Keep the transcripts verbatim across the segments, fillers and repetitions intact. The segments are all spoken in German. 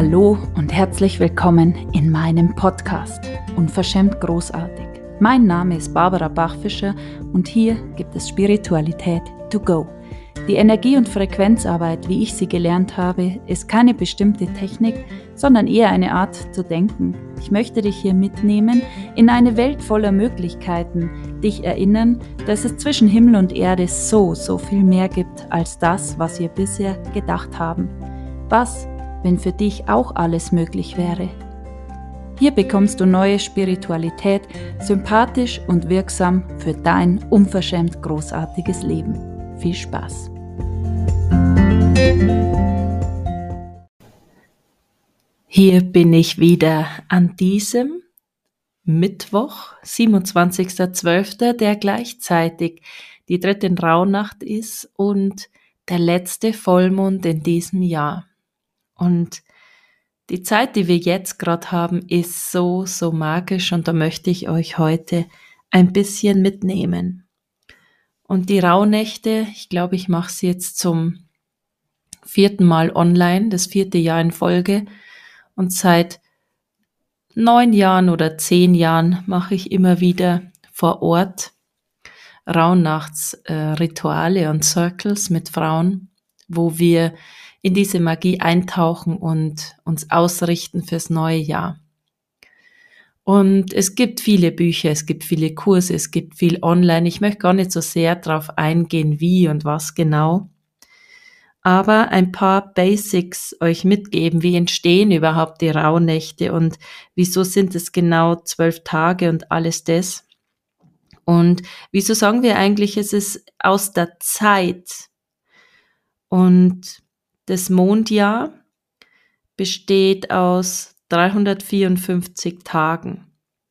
Hallo und herzlich willkommen in meinem Podcast Unverschämt großartig. Mein Name ist Barbara Bachfischer und hier gibt es Spiritualität to go. Die Energie- und Frequenzarbeit, wie ich sie gelernt habe, ist keine bestimmte Technik, sondern eher eine Art zu denken. Ich möchte dich hier mitnehmen in eine Welt voller Möglichkeiten, dich erinnern, dass es zwischen Himmel und Erde so, so viel mehr gibt als das, was wir bisher gedacht haben. Was, wenn für dich auch alles möglich wäre? Hier bekommst du neue Spiritualität, sympathisch und wirksam für dein unverschämt großartiges Leben. Viel Spaß! Hier bin ich wieder an diesem Mittwoch, siebenundzwanzigster zwölfter, der gleichzeitig die dritte Rauhnacht ist und der letzte Vollmond in diesem Jahr. Und die Zeit, die wir jetzt gerade haben, ist so, so magisch und da möchte ich euch heute ein bisschen mitnehmen. Und die Rauhnächte, ich glaube, ich mache sie jetzt zum vierten Mal online, das vierte Jahr in Folge. Und seit neun Jahren oder zehn Jahren mache ich immer wieder vor Ort Rauhnachtsrituale äh, und Circles mit Frauen, wo wir in diese Magie eintauchen und uns ausrichten fürs neue Jahr. Und es gibt viele Bücher, es gibt viele Kurse, es gibt viel online. Ich möchte gar nicht so sehr darauf eingehen, wie und was genau, aber ein paar Basics euch mitgeben. Wie entstehen überhaupt die Rauhnächte und wieso sind es genau zwölf Tage und alles das? Und wieso sagen wir eigentlich, es ist aus der Zeit? Und das Mondjahr besteht aus dreihundertvierundfünfzig Tagen.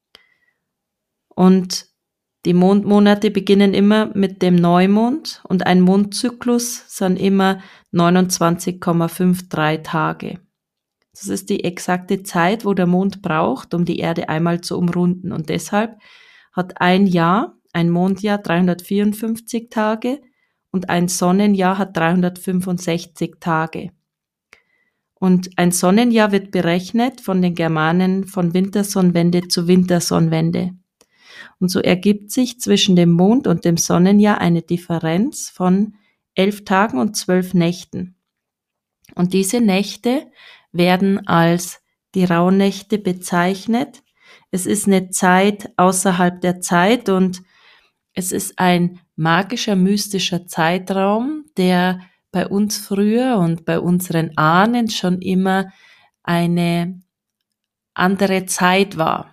Und die Mondmonate beginnen immer mit dem Neumond und ein Mondzyklus sind immer neunundzwanzig Komma dreiundfünfzig Tage. Das ist die exakte Zeit, wo der Mond braucht, um die Erde einmal zu umrunden. Und deshalb hat ein Jahr, ein Mondjahr dreihundertvierundfünfzig Tage und ein Sonnenjahr hat dreihundertfünfundsechzig Tage. Und ein Sonnenjahr wird berechnet von den Germanen von Wintersonnenwende zu Wintersonnenwende. Und so ergibt sich zwischen dem Mond und dem Sonnenjahr eine Differenz von elf Tagen und zwölf Nächten. Und diese Nächte werden als die Rauhnächte bezeichnet. Es ist eine Zeit außerhalb der Zeit und es ist ein magischer, mystischer Zeitraum, der bei uns früher und bei unseren Ahnen schon immer eine andere Zeit war.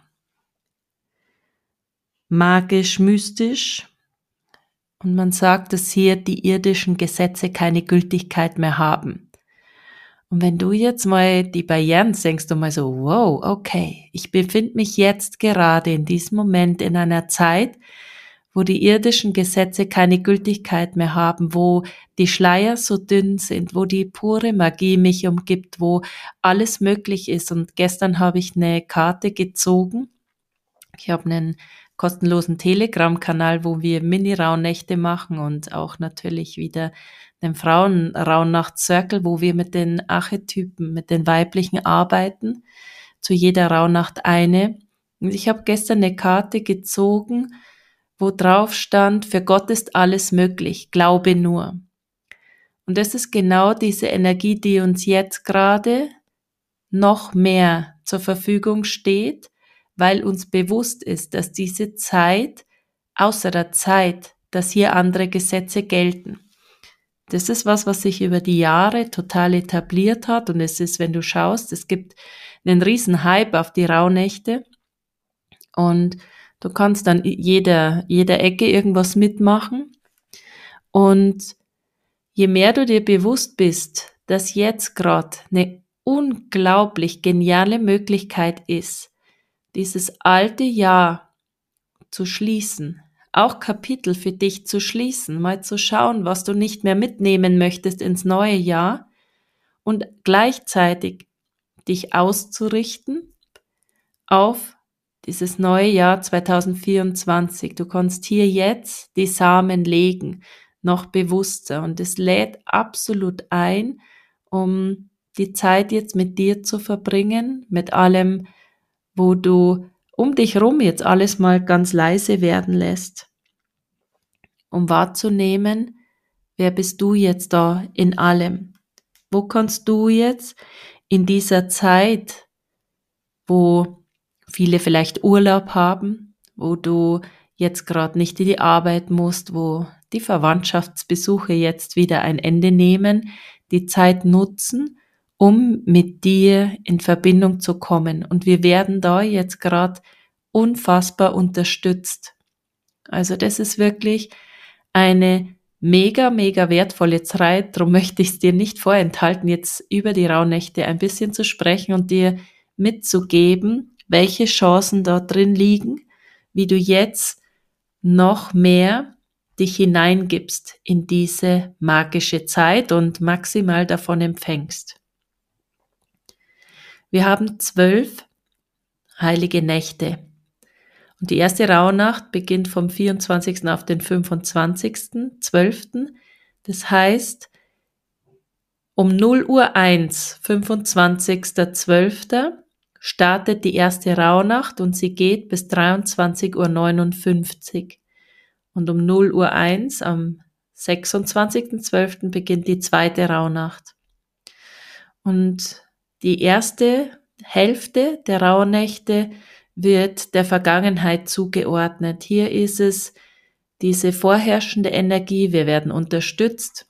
Magisch, mystisch. Und man sagt, dass hier die irdischen Gesetze keine Gültigkeit mehr haben. Und wenn du jetzt mal die Barrieren senkst und mal so, wow, okay, ich befinde mich jetzt gerade in diesem Moment in einer Zeit, wo die irdischen Gesetze keine Gültigkeit mehr haben, wo die Schleier so dünn sind, wo die pure Magie mich umgibt, wo alles möglich ist. Und gestern habe ich eine Karte gezogen. Ich habe einen kostenlosen Telegram-Kanal, wo wir Mini-Rauhnächte machen und auch natürlich wieder einen Frauen-Rauhnacht-Circle, wo wir mit den Archetypen, mit den weiblichen arbeiten, zu jeder Rauhnacht eine. Und ich habe gestern eine Karte gezogen, wo drauf stand, für Gott ist alles möglich, glaube nur. Und das ist genau diese Energie, die uns jetzt gerade noch mehr zur Verfügung steht, weil uns bewusst ist, dass diese Zeit außer der Zeit, dass hier andere Gesetze gelten. Das ist was, was sich über die Jahre total etabliert hat und es ist, wenn du schaust, es gibt einen riesen Hype auf die Rauhnächte und du kannst dann jeder, jeder Ecke irgendwas mitmachen und je mehr du dir bewusst bist, dass jetzt gerade eine unglaublich geniale Möglichkeit ist, dieses alte Jahr zu schließen, auch Kapitel für dich zu schließen, mal zu schauen, was du nicht mehr mitnehmen möchtest ins neue Jahr und gleichzeitig dich auszurichten auf dieses neue Jahr zweitausendvierundzwanzig. Du kannst hier jetzt die Samen legen, noch bewusster und es lädt absolut ein, um die Zeit jetzt mit dir zu verbringen, mit allem, wo du um dich rum jetzt alles mal ganz leise werden lässt, um wahrzunehmen, wer bist du jetzt da in allem? Wo kannst du jetzt in dieser Zeit, wo viele vielleicht Urlaub haben, wo du jetzt gerade nicht in die Arbeit musst, wo die Verwandtschaftsbesuche jetzt wieder ein Ende nehmen, die Zeit nutzen, um mit dir in Verbindung zu kommen. Und wir werden da jetzt gerade unfassbar unterstützt. Also das ist wirklich eine mega, mega wertvolle Zeit. Darum möchte ich es dir nicht vorenthalten, jetzt über die Rauhnächte ein bisschen zu sprechen und dir mitzugeben, welche Chancen da drin liegen, wie du jetzt noch mehr dich hineingibst in diese magische Zeit und maximal davon empfängst. Wir haben zwölf heilige Nächte. Und die erste Rauhnacht beginnt vom vierundzwanzigsten auf den fünfundzwanzigsten zwölften Das heißt, um null Uhr eins, fünfundzwanzigster zwölfter startet die erste Rauhnacht und sie geht bis dreiundzwanzig Uhr neunundfünfzig. Und um null Uhr eins am sechsundzwanzigsten zwölften beginnt die zweite Rauhnacht. Und die erste Hälfte der Rauhnächte wird der Vergangenheit zugeordnet. Hier ist es diese vorherrschende Energie, wir werden unterstützt.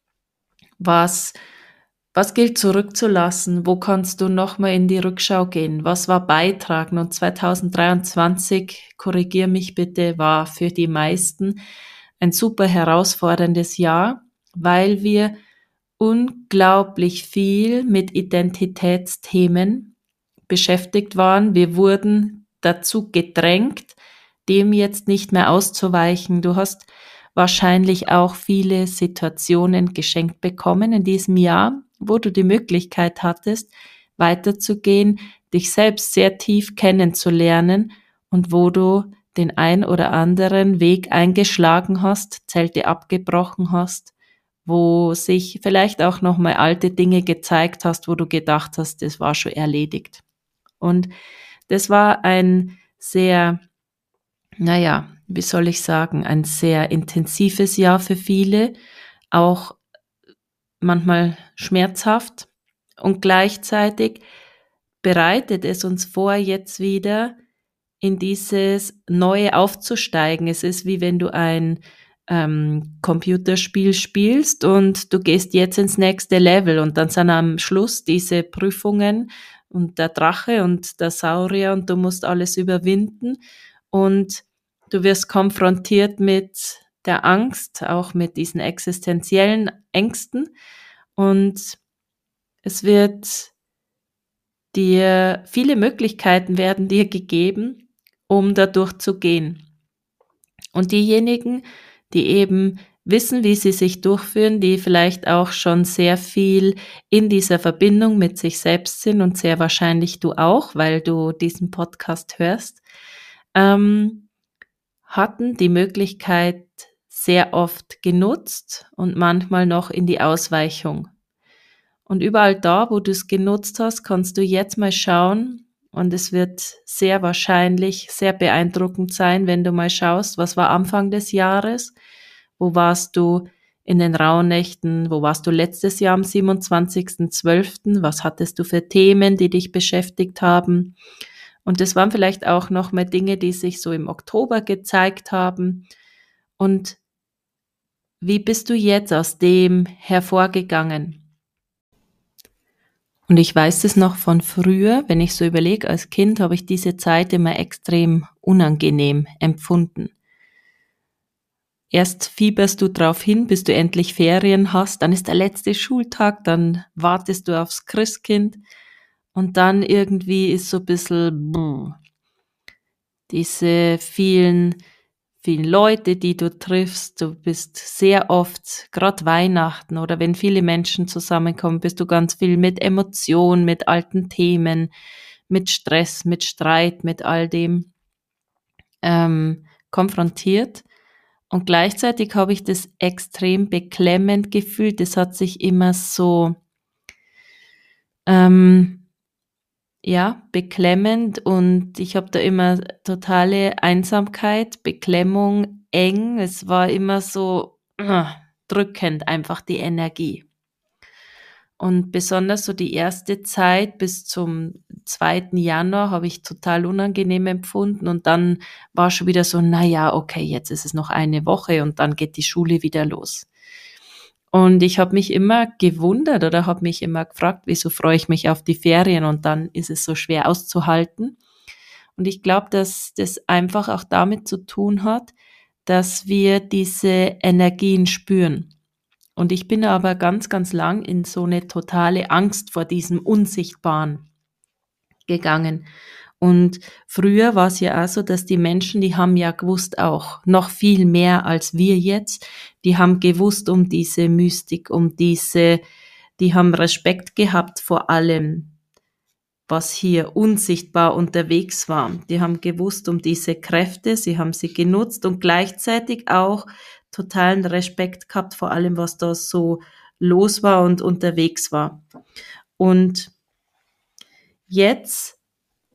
Was, was gilt zurückzulassen? Wo kannst du nochmal in die Rückschau gehen? Was war beitragen? Und zweitausenddreiundzwanzig, korrigier mich bitte, war für die meisten ein super herausforderndes Jahr, weil wir unglaublich viel mit Identitätsthemen beschäftigt waren. Wir wurden dazu gedrängt, dem jetzt nicht mehr auszuweichen. Du hast wahrscheinlich auch viele Situationen geschenkt bekommen in diesem Jahr, wo du die Möglichkeit hattest, weiterzugehen, dich selbst sehr tief kennenzulernen und wo du den ein oder anderen Weg eingeschlagen hast, Zelte abgebrochen hast, wo sich vielleicht auch nochmal alte Dinge gezeigt hast, wo du gedacht hast, das war schon erledigt. Und das war ein sehr, naja, wie soll ich sagen, ein sehr intensives Jahr für viele, auch manchmal schmerzhaft. Und gleichzeitig bereitet es uns vor, jetzt wieder in dieses Neue aufzusteigen. Es ist wie wenn du ein ähm, Computerspiel spielst und du gehst jetzt ins nächste Level und dann sind am Schluss diese Prüfungen und der Drache und der Saurier und du musst alles überwinden und du wirst konfrontiert mit der Angst, auch mit diesen existenziellen Ängsten und es wird dir, viele Möglichkeiten werden dir gegeben, um da durchzugehen. Und diejenigen, die eben wissen, wie sie sich durchführen, die vielleicht auch schon sehr viel in dieser Verbindung mit sich selbst sind und sehr wahrscheinlich du auch, weil du diesen Podcast hörst, ähm, hatten die Möglichkeit sehr oft genutzt und manchmal noch in die Ausweichung. Und überall da, wo du es genutzt hast, kannst du jetzt mal schauen, und es wird sehr wahrscheinlich sehr beeindruckend sein, wenn du mal schaust, was war Anfang des Jahres, wo warst du in den Rauhnächten, wo warst du letztes Jahr am siebenundzwanzigsten zwölften, was hattest du für Themen, die dich beschäftigt haben. Und das waren vielleicht auch noch mal Dinge, die sich so im Oktober gezeigt haben. Und wie bist du jetzt aus dem hervorgegangen? Und ich weiß es noch von früher, wenn ich so überlege, als Kind habe ich diese Zeit immer extrem unangenehm empfunden. Erst fieberst du drauf hin, bis du endlich Ferien hast, dann ist der letzte Schultag, dann wartest du aufs Christkind und dann irgendwie ist so ein bisschen buh, diese vielen vielen Leute, die du triffst, du bist sehr oft, gerade Weihnachten oder wenn viele Menschen zusammenkommen, bist du ganz viel mit Emotionen, mit alten Themen, mit Stress, mit Streit, mit all dem ähm, konfrontiert. Und gleichzeitig habe ich das extrem beklemmend gefühlt. Das hat sich immer so ähm, ja, beklemmend, und ich habe da immer totale Einsamkeit, Beklemmung, eng. Es war immer so äh, drückend, einfach die Energie. Und besonders so die erste Zeit bis zum zweiten Januar habe ich total unangenehm empfunden, und dann war schon wieder so, na ja, okay, jetzt ist es noch eine Woche und dann geht die Schule wieder los. Und ich habe mich immer gewundert oder habe mich immer gefragt, wieso freue ich mich auf die Ferien und dann ist es so schwer auszuhalten. Und ich glaube, dass das einfach auch damit zu tun hat, dass wir diese Energien spüren. Und ich bin aber ganz, ganz lang in so eine totale Angst vor diesem Unsichtbaren gegangen. Und früher war es ja auch so, dass die Menschen, die haben ja gewusst auch noch viel mehr als wir jetzt. Die haben gewusst um diese Mystik, um diese, die haben Respekt gehabt vor allem, was hier unsichtbar unterwegs war. Die haben gewusst um diese Kräfte, sie haben sie genutzt und gleichzeitig auch totalen Respekt gehabt vor allem, was da so los war und unterwegs war. Und jetzt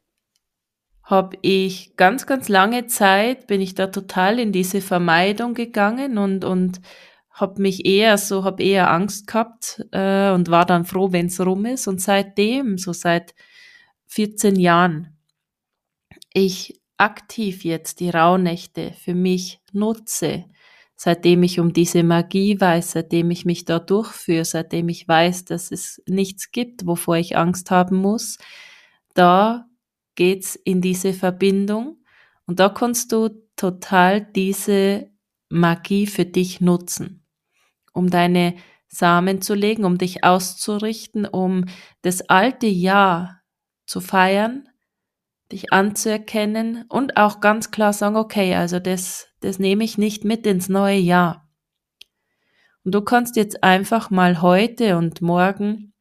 habe ich ganz, ganz lange Zeit, bin ich da total in diese Vermeidung gegangen und, und habe mich eher so, habe eher Angst gehabt äh, und war dann froh, wenn es rum ist. Und seitdem, so seit vierzehn Jahren, ich aktiv jetzt die Rauhnächte für mich nutze, seitdem ich um diese Magie weiß, seitdem ich mich da durchführe, seitdem ich weiß, dass es nichts gibt, wovor ich Angst haben muss, da geht's in diese Verbindung und da kannst du total diese Magie für dich nutzen, um deine Samen zu legen, um dich auszurichten, um das alte Jahr zu feiern, dich anzuerkennen und auch ganz klar sagen, okay, also das, das nehme ich nicht mit ins neue Jahr. Und du kannst jetzt einfach mal heute und morgen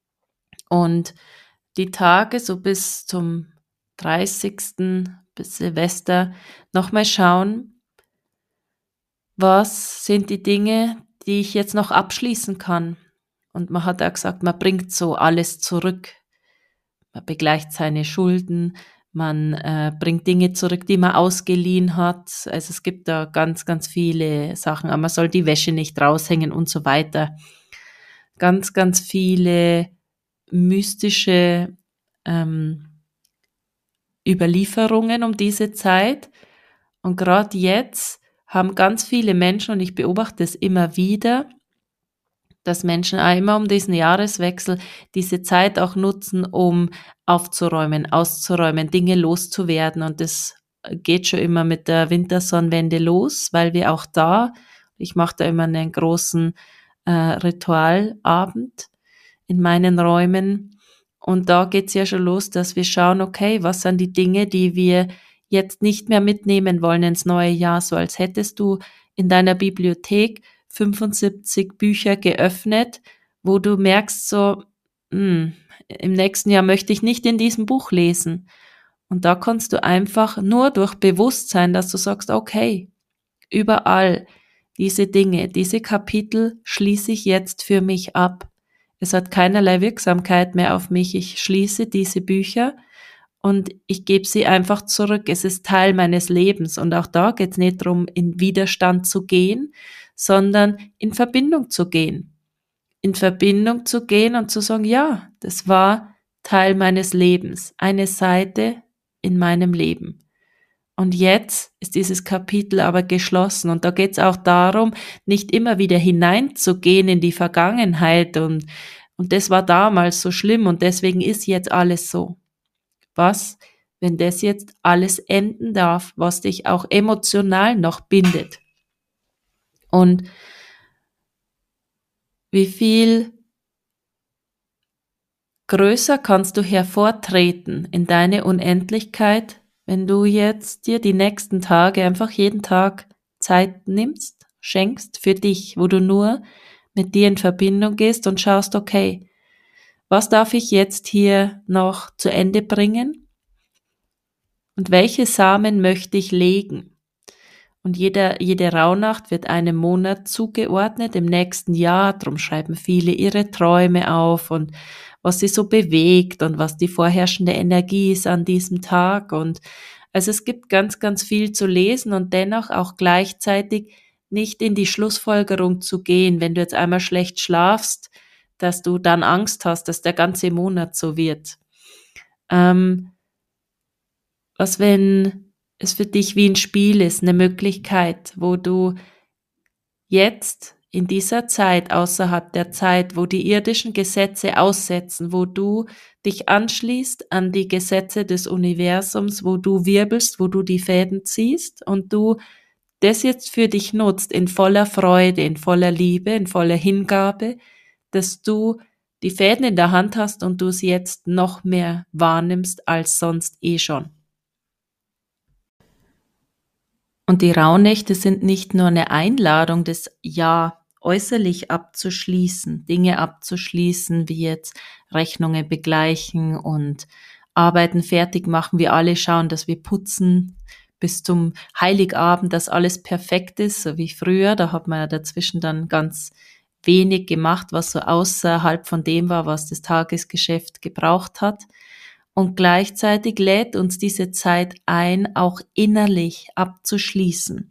und die Tage so bis zum dreißigsten bis Silvester nochmal schauen, was sind die Dinge, die ich jetzt noch abschließen kann. Und man hat auch gesagt, man bringt so alles zurück. Man begleicht seine Schulden, man äh, bringt Dinge zurück, die man ausgeliehen hat. Also es gibt da ganz, ganz viele Sachen. Aber man soll die Wäsche nicht raushängen und so weiter. Ganz, ganz viele mystische ähm, Überlieferungen um diese Zeit. Und gerade jetzt haben ganz viele Menschen, und ich beobachte es immer wieder, dass Menschen auch immer um diesen Jahreswechsel diese Zeit auch nutzen, um aufzuräumen, auszuräumen, Dinge loszuwerden. Und das geht schon immer mit der Wintersonnenwende los, weil wir auch da, ich mache da immer einen großen äh, Ritualabend in meinen Räumen. Und da geht's ja schon los, dass wir schauen, okay, was sind die Dinge, die wir jetzt nicht mehr mitnehmen wollen ins neue Jahr, so als hättest du in deiner Bibliothek fünfundsiebzig Bücher geöffnet, wo du merkst so, hm, im nächsten Jahr möchte ich nicht in diesem Buch lesen. Und da kannst du einfach nur durch Bewusstsein, dass du sagst, okay, überall diese Dinge, diese Kapitel schließe ich jetzt für mich ab. Es hat keinerlei Wirksamkeit mehr auf mich. Ich schließe diese Bücher und ich gebe sie einfach zurück. Es ist Teil meines Lebens. Und auch da geht es nicht darum, in Widerstand zu gehen, sondern in Verbindung zu gehen. In Verbindung zu gehen und zu sagen, ja, das war Teil meines Lebens, eine Seite in meinem Leben. Und jetzt ist dieses Kapitel aber geschlossen. Und da geht es auch darum, nicht immer wieder hineinzugehen in die Vergangenheit und, und das war damals so schlimm und deswegen ist jetzt alles so. Was, wenn das jetzt alles enden darf, was dich auch emotional noch bindet? Und wie viel größer kannst du hervortreten in deine Unendlichkeit, wenn du jetzt dir die nächsten Tage einfach jeden Tag Zeit nimmst, schenkst für dich, wo du nur mit dir in Verbindung gehst und schaust, okay, was darf ich jetzt hier noch zu Ende bringen und welche Samen möchte ich legen? Und jeder, jede Rauhnacht wird einem Monat zugeordnet im nächsten Jahr. Darum schreiben viele ihre Träume auf und was sie so bewegt und was die vorherrschende Energie ist an diesem Tag. Und also es gibt ganz, ganz viel zu lesen und dennoch auch gleichzeitig nicht in die Schlussfolgerung zu gehen, wenn du jetzt einmal schlecht schlafst, dass du dann Angst hast, dass der ganze Monat so wird. Ähm, was, wenn es für dich wie ein Spiel ist, eine Möglichkeit, wo du jetzt in dieser Zeit, außerhalb der Zeit, wo die irdischen Gesetze aussetzen, wo du dich anschließt an die Gesetze des Universums, wo du wirbelst, wo du die Fäden ziehst und du das jetzt für dich nutzt, in voller Freude, in voller Liebe, in voller Hingabe, dass du die Fäden in der Hand hast und du sie jetzt noch mehr wahrnimmst als sonst eh schon. Und die Rauhnächte sind nicht nur eine Einladung, das Jahr äußerlich abzuschließen, Dinge abzuschließen, wie jetzt Rechnungen begleichen und Arbeiten fertig machen. Wir alle schauen, dass wir putzen bis zum Heiligabend, dass alles perfekt ist, so wie früher. Da hat man ja dazwischen dann ganz wenig gemacht, was so außerhalb von dem war, was das Tagesgeschäft gebraucht hat. Und gleichzeitig lädt uns diese Zeit ein, auch innerlich abzuschließen,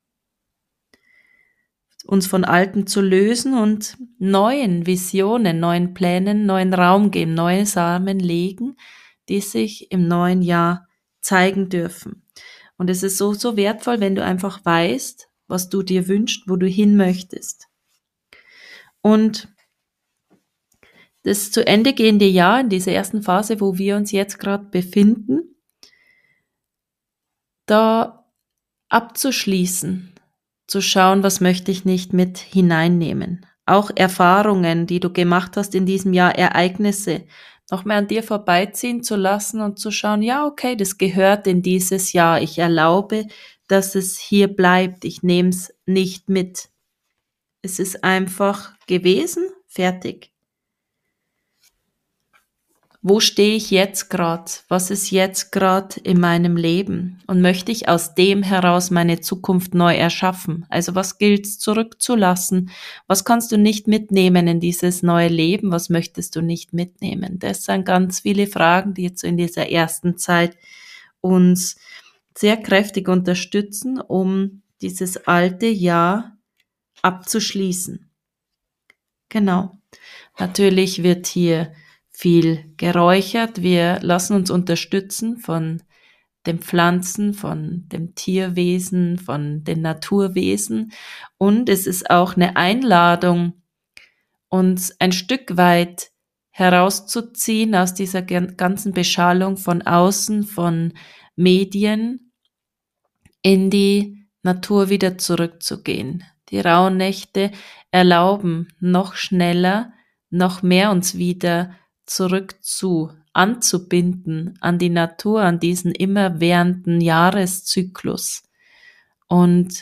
uns von Alten zu lösen und neuen Visionen, neuen Plänen, neuen Raum geben, neue Samen legen, die sich im neuen Jahr zeigen dürfen. Und es ist so, so wertvoll, wenn du einfach weißt, was du dir wünschst, wo du hin möchtest. Und das zu Ende gehende Jahr, in dieser ersten Phase, wo wir uns jetzt gerade befinden, da abzuschließen, zu schauen, was möchte ich nicht mit hineinnehmen. Auch Erfahrungen, die du gemacht hast in diesem Jahr, Ereignisse, noch mehr an dir vorbeiziehen zu lassen und zu schauen, ja, okay, das gehört in dieses Jahr. Ich erlaube, dass es hier bleibt. Ich nehme es nicht mit. Es ist einfach gewesen, fertig. Wo stehe ich jetzt gerade? Was ist jetzt gerade in meinem Leben? Und möchte ich aus dem heraus meine Zukunft neu erschaffen? Also was gilt es zurückzulassen? Was kannst du nicht mitnehmen in dieses neue Leben? Was möchtest du nicht mitnehmen? Das sind ganz viele Fragen, die jetzt in dieser ersten Zeit uns sehr kräftig unterstützen, um dieses alte Jahr abzuschließen. Genau. Natürlich wird hier viel geräuchert. Wir lassen uns unterstützen von den Pflanzen, von dem Tierwesen, von den Naturwesen. Und es ist auch eine Einladung, uns ein Stück weit herauszuziehen aus dieser ganzen Beschallung von außen, von Medien, in die Natur wieder zurückzugehen. Die Rauhnächte erlauben noch schneller, noch mehr uns wieder zurück zu, anzubinden an die Natur, an diesen immerwährenden Jahreszyklus. Und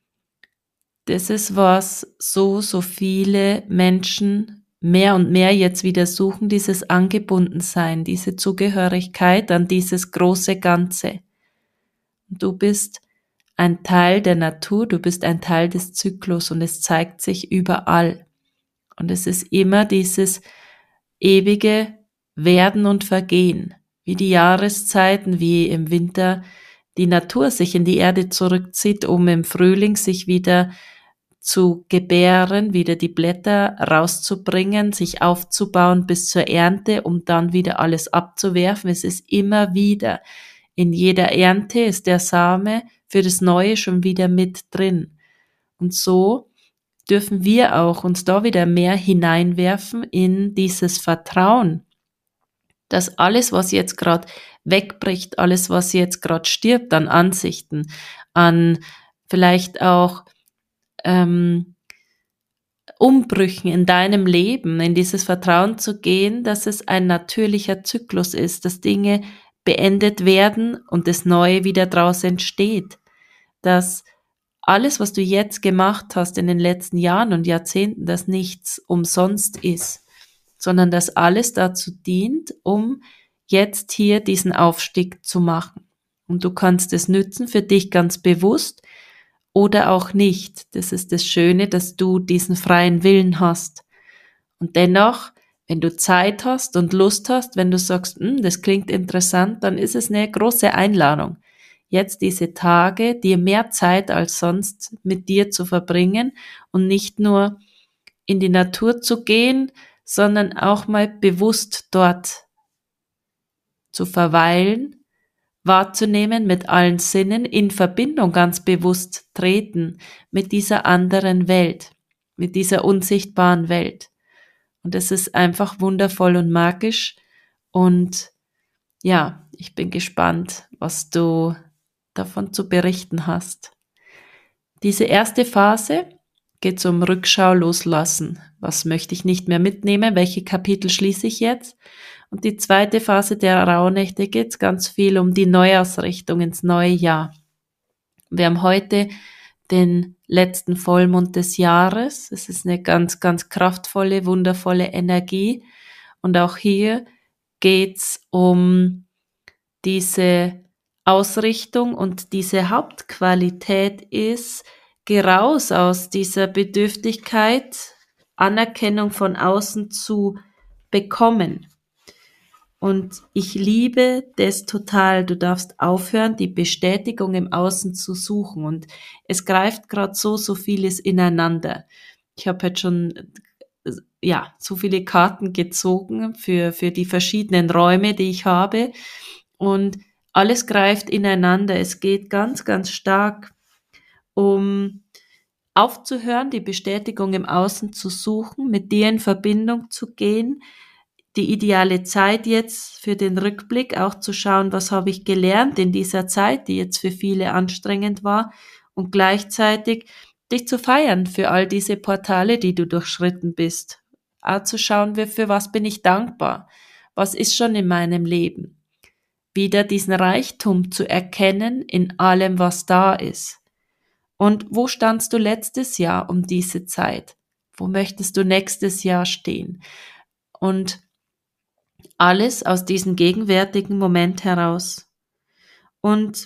das ist, was so, so viele Menschen mehr und mehr jetzt wieder suchen, dieses Angebundensein, diese Zugehörigkeit an dieses große Ganze. Du bist ein Teil der Natur, du bist ein Teil des Zyklus und es zeigt sich überall. Und es ist immer dieses ewige Werden und Vergehen, wie die Jahreszeiten, wie im Winter die Natur sich in die Erde zurückzieht, um im Frühling sich wieder zu gebären, wieder die Blätter rauszubringen, sich aufzubauen bis zur Ernte, um dann wieder alles abzuwerfen. Es ist immer wieder. In jeder Ernte ist der Same für das Neue schon wieder mit drin. Und so dürfen wir auch uns da wieder mehr hineinwerfen in dieses Vertrauen, dass alles, was jetzt gerade wegbricht, alles, was jetzt gerade stirbt an Ansichten, an vielleicht auch ähm, Umbrüchen in deinem Leben, in dieses Vertrauen zu gehen, dass es ein natürlicher Zyklus ist, dass Dinge beendet werden und das Neue wieder draus entsteht, dass alles, was du jetzt gemacht hast in den letzten Jahren und Jahrzehnten, dass nichts umsonst ist, sondern dass alles dazu dient, um jetzt hier diesen Aufstieg zu machen. Und du kannst es nützen für dich ganz bewusst, oder auch nicht. Das ist das Schöne, dass du diesen freien Willen hast. Und dennoch, wenn du Zeit hast und Lust hast, wenn du sagst, hm, das klingt interessant, dann ist es eine große Einladung, jetzt diese Tage dir mehr Zeit als sonst mit dir zu verbringen und nicht nur in die Natur zu gehen, sondern auch mal bewusst dort zu verweilen, wahrzunehmen, mit allen Sinnen in Verbindung ganz bewusst treten mit dieser anderen Welt, mit dieser unsichtbaren Welt. Und es ist einfach wundervoll und magisch. Und ja, ich bin gespannt, was du davon zu berichten hast. Diese erste Phase geht um Rückschau, Loslassen. Was möchte ich nicht mehr mitnehmen? Welche Kapitel schließe ich jetzt? Und die zweite Phase der Rauhnächte geht ganz viel um die Neuausrichtung ins neue Jahr. Wir haben heute den letzten Vollmond des Jahres. Es ist eine ganz, ganz kraftvolle, wundervolle Energie. Und auch hier geht's um diese Ausrichtung und diese Hauptqualität ist, geh raus aus dieser Bedürftigkeit, Anerkennung von außen zu bekommen. Und ich liebe das total. Du darfst aufhören, die Bestätigung im Außen zu suchen. Und es greift gerade so, so vieles ineinander. Ich habe jetzt schon ja so viele Karten gezogen für, für die verschiedenen Räume, die ich habe. Und alles greift ineinander. Es geht ganz, ganz stark um aufzuhören, die Bestätigung im Außen zu suchen, mit dir in Verbindung zu gehen, die ideale Zeit jetzt für den Rückblick, auch zu schauen, was habe ich gelernt in dieser Zeit, die jetzt für viele anstrengend war, und gleichzeitig dich zu feiern für all diese Portale, die du durchschritten bist. Auch zu schauen, für was bin ich dankbar, was ist schon in meinem Leben. Wieder diesen Reichtum zu erkennen in allem, was da ist. Und wo standst du letztes Jahr um diese Zeit? Wo möchtest du nächstes Jahr stehen? Und alles aus diesem gegenwärtigen Moment heraus. Und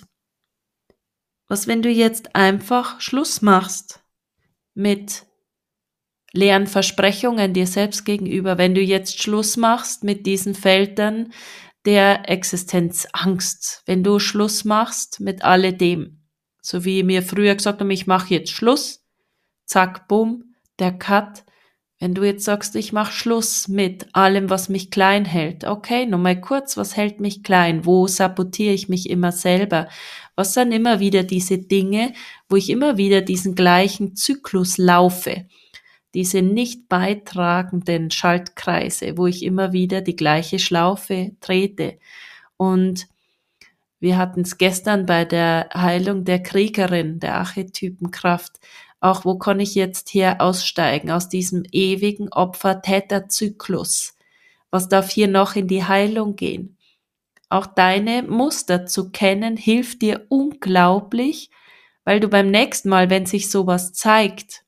was, wenn du jetzt einfach Schluss machst mit leeren Versprechungen dir selbst gegenüber, wenn du jetzt Schluss machst mit diesen Feldern der Existenzangst, wenn du Schluss machst mit alledem, so wie mir früher gesagt haben, ich mache jetzt Schluss, zack, bumm, der Cut. Wenn du jetzt sagst, ich mache Schluss mit allem, was mich klein hält, okay, nur mal kurz, was hält mich klein? Wo sabotiere ich mich immer selber? Was sind immer wieder diese Dinge, wo ich immer wieder diesen gleichen Zyklus laufe? Diese nicht beitragenden Schaltkreise, wo ich immer wieder die gleiche Schlaufe trete. Und wir hatten es gestern bei der Heilung der Kriegerin, der Archetypenkraft. Auch wo kann ich jetzt hier aussteigen aus diesem ewigen Opfer-Täter-Zyklus? Was darf hier noch in die Heilung gehen? Auch deine Muster zu kennen, hilft dir unglaublich, weil du beim nächsten Mal, wenn sich sowas zeigt,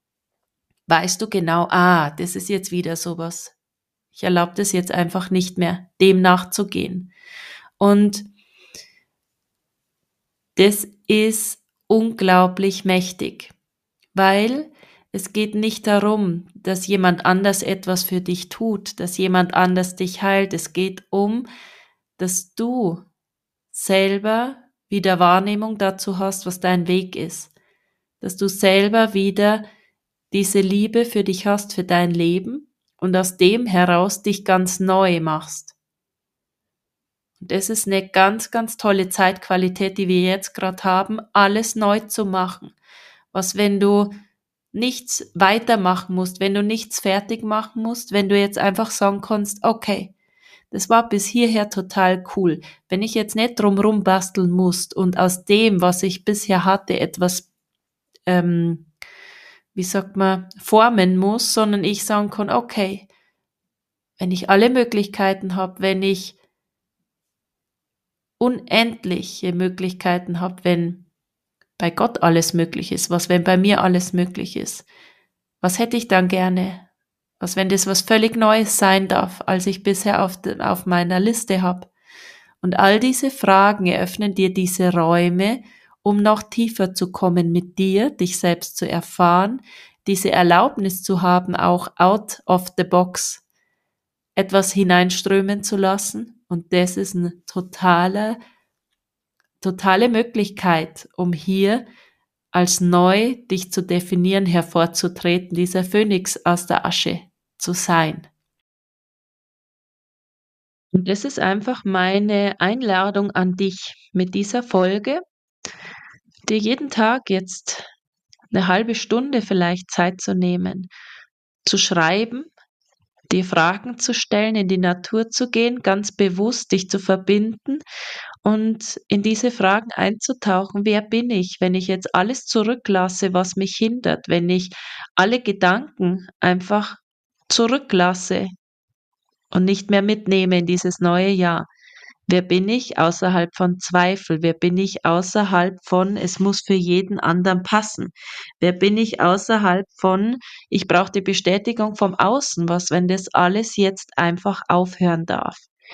weißt du genau, ah, das ist jetzt wieder sowas. Ich erlaube das jetzt einfach nicht mehr, dem nachzugehen. Und das ist unglaublich mächtig. Weil es geht nicht darum, dass jemand anders etwas für dich tut, dass jemand anders dich heilt. Es geht um, dass du selber wieder Wahrnehmung dazu hast, was dein Weg ist. Dass du selber wieder diese Liebe für dich hast, für dein Leben und aus dem heraus dich ganz neu machst. Und das ist eine ganz, ganz tolle Zeitqualität, die wir jetzt gerade haben, alles neu zu machen. Was, wenn du nichts weitermachen musst, wenn du nichts fertig machen musst, wenn du jetzt einfach sagen kannst, okay, das war bis hierher total cool. Wenn ich jetzt nicht drumrum basteln muss und aus dem, was ich bisher hatte, etwas, ähm, wie sagt man, formen muss, sondern ich sagen kann, okay, wenn ich alle Möglichkeiten habe, wenn ich unendliche Möglichkeiten habe, wenn bei Gott alles möglich ist, was, wenn bei mir alles möglich ist, was hätte ich dann gerne? Was, wenn das was völlig Neues sein darf, als ich bisher auf, de, auf meiner Liste habe? Und all diese Fragen eröffnen dir diese Räume, um noch tiefer zu kommen mit dir, dich selbst zu erfahren, diese Erlaubnis zu haben, auch out of the box etwas hineinströmen zu lassen. Und das ist eine totale, totale Möglichkeit, um hier als neu dich zu definieren, hervorzutreten, dieser Phönix aus der Asche zu sein. Und das ist einfach meine Einladung an dich mit dieser Folge, dir jeden Tag jetzt eine halbe Stunde vielleicht Zeit zu nehmen, zu schreiben, dir Fragen zu stellen, in die Natur zu gehen, ganz bewusst dich zu verbinden und in diese Fragen einzutauchen. Wer bin ich, wenn ich jetzt alles zurücklasse, was mich hindert, wenn ich alle Gedanken einfach zurücklasse und nicht mehr mitnehme in dieses neue Jahr? Wer bin ich außerhalb von Zweifel? Wer bin ich außerhalb von, es muss für jeden anderen passen? Wer bin ich außerhalb von, ich brauche die Bestätigung vom Außen, was, wenn das alles jetzt einfach aufhören darf?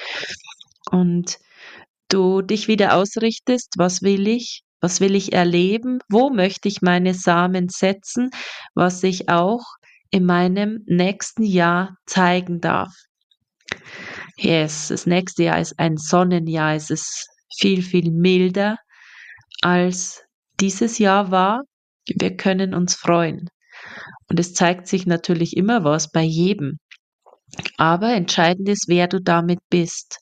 Und du dich wieder ausrichtest, was will ich? Was will ich erleben? Wo möchte ich meine Samen setzen, was ich auch in meinem nächsten Jahr zeigen darf? Yes, das nächste Jahr ist ein Sonnenjahr. Es ist viel, viel milder als dieses Jahr war. Wir können uns freuen. Und es zeigt sich natürlich immer was bei jedem. Aber entscheidend ist, wer du damit bist.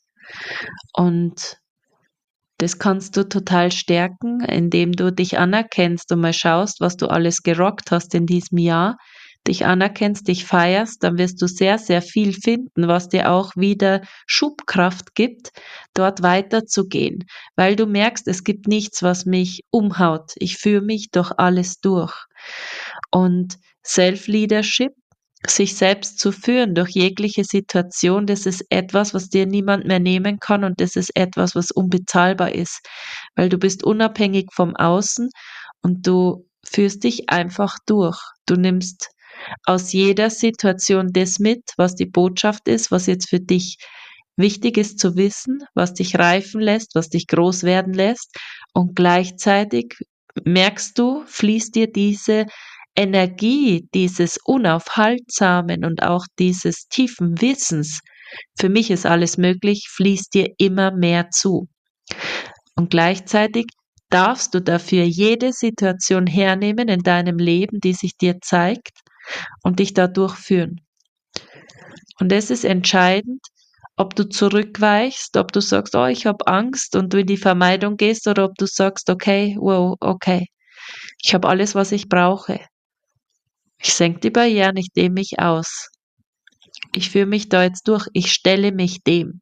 Und das kannst du total stärken, indem du dich anerkennst und mal schaust, was du alles gerockt hast in diesem Jahr, dich anerkennst, dich feierst, dann wirst du sehr, sehr viel finden, was dir auch wieder Schubkraft gibt, dort weiterzugehen, weil du merkst, es gibt nichts, was mich umhaut. Ich führe mich durch alles durch. Und Self-Leadership, sich selbst zu führen durch jegliche Situation, das ist etwas, was dir niemand mehr nehmen kann und das ist etwas, was unbezahlbar ist, weil du bist unabhängig vom Außen und du führst dich einfach durch. Du nimmst aus jeder Situation das mit, was die Botschaft ist, was jetzt für dich wichtig ist zu wissen, was dich reifen lässt, was dich groß werden lässt und gleichzeitig merkst du, fließt dir diese Energie dieses unaufhaltsamen und auch dieses tiefen Wissens, für mich ist alles möglich, fließt dir immer mehr zu. Und gleichzeitig darfst du dafür jede Situation hernehmen in deinem Leben, die sich dir zeigt und dich da durchführen. Und es ist entscheidend, ob du zurückweichst, ob du sagst, oh, ich habe Angst und du in die Vermeidung gehst oder ob du sagst, okay, wow, okay, ich habe alles, was ich brauche. Ich senke die Barrieren, ich dehne mich aus. Ich führe mich da jetzt durch, ich stelle mich dem,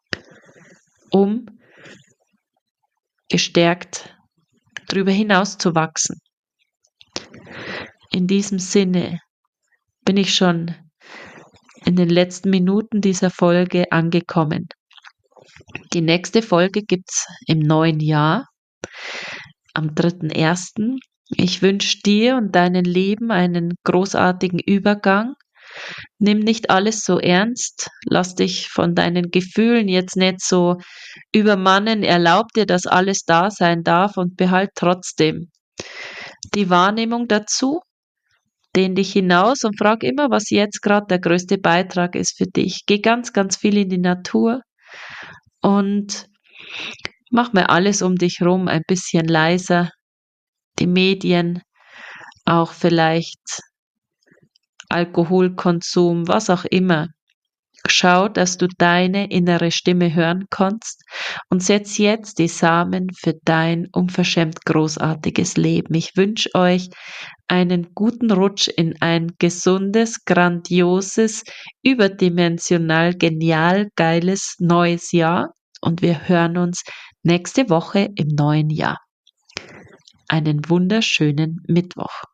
um gestärkt drüber hinaus zu wachsen. In diesem Sinne bin ich schon in den letzten Minuten dieser Folge angekommen. Die nächste Folge gibt's im neuen Jahr, am dritten ersten Ich wünsche dir und deinen Lieben einen großartigen Übergang. Nimm nicht alles so ernst, lass dich von deinen Gefühlen jetzt nicht so übermannen, erlaub dir, dass alles da sein darf und behalt trotzdem die Wahrnehmung dazu, dehn dich hinaus und frag immer, was jetzt gerade der größte Beitrag ist für dich. Geh ganz, ganz viel in die Natur und mach mal alles um dich rum ein bisschen leiser, die Medien, auch vielleicht Alkoholkonsum, was auch immer. Schau, dass du deine innere Stimme hören kannst und setz jetzt die Samen für dein unverschämt großartiges Leben. Ich wünsche euch einen guten Rutsch in ein gesundes, grandioses, überdimensional, genial, geiles neues Jahr und wir hören uns nächste Woche im neuen Jahr. Einen wunderschönen Mittwoch.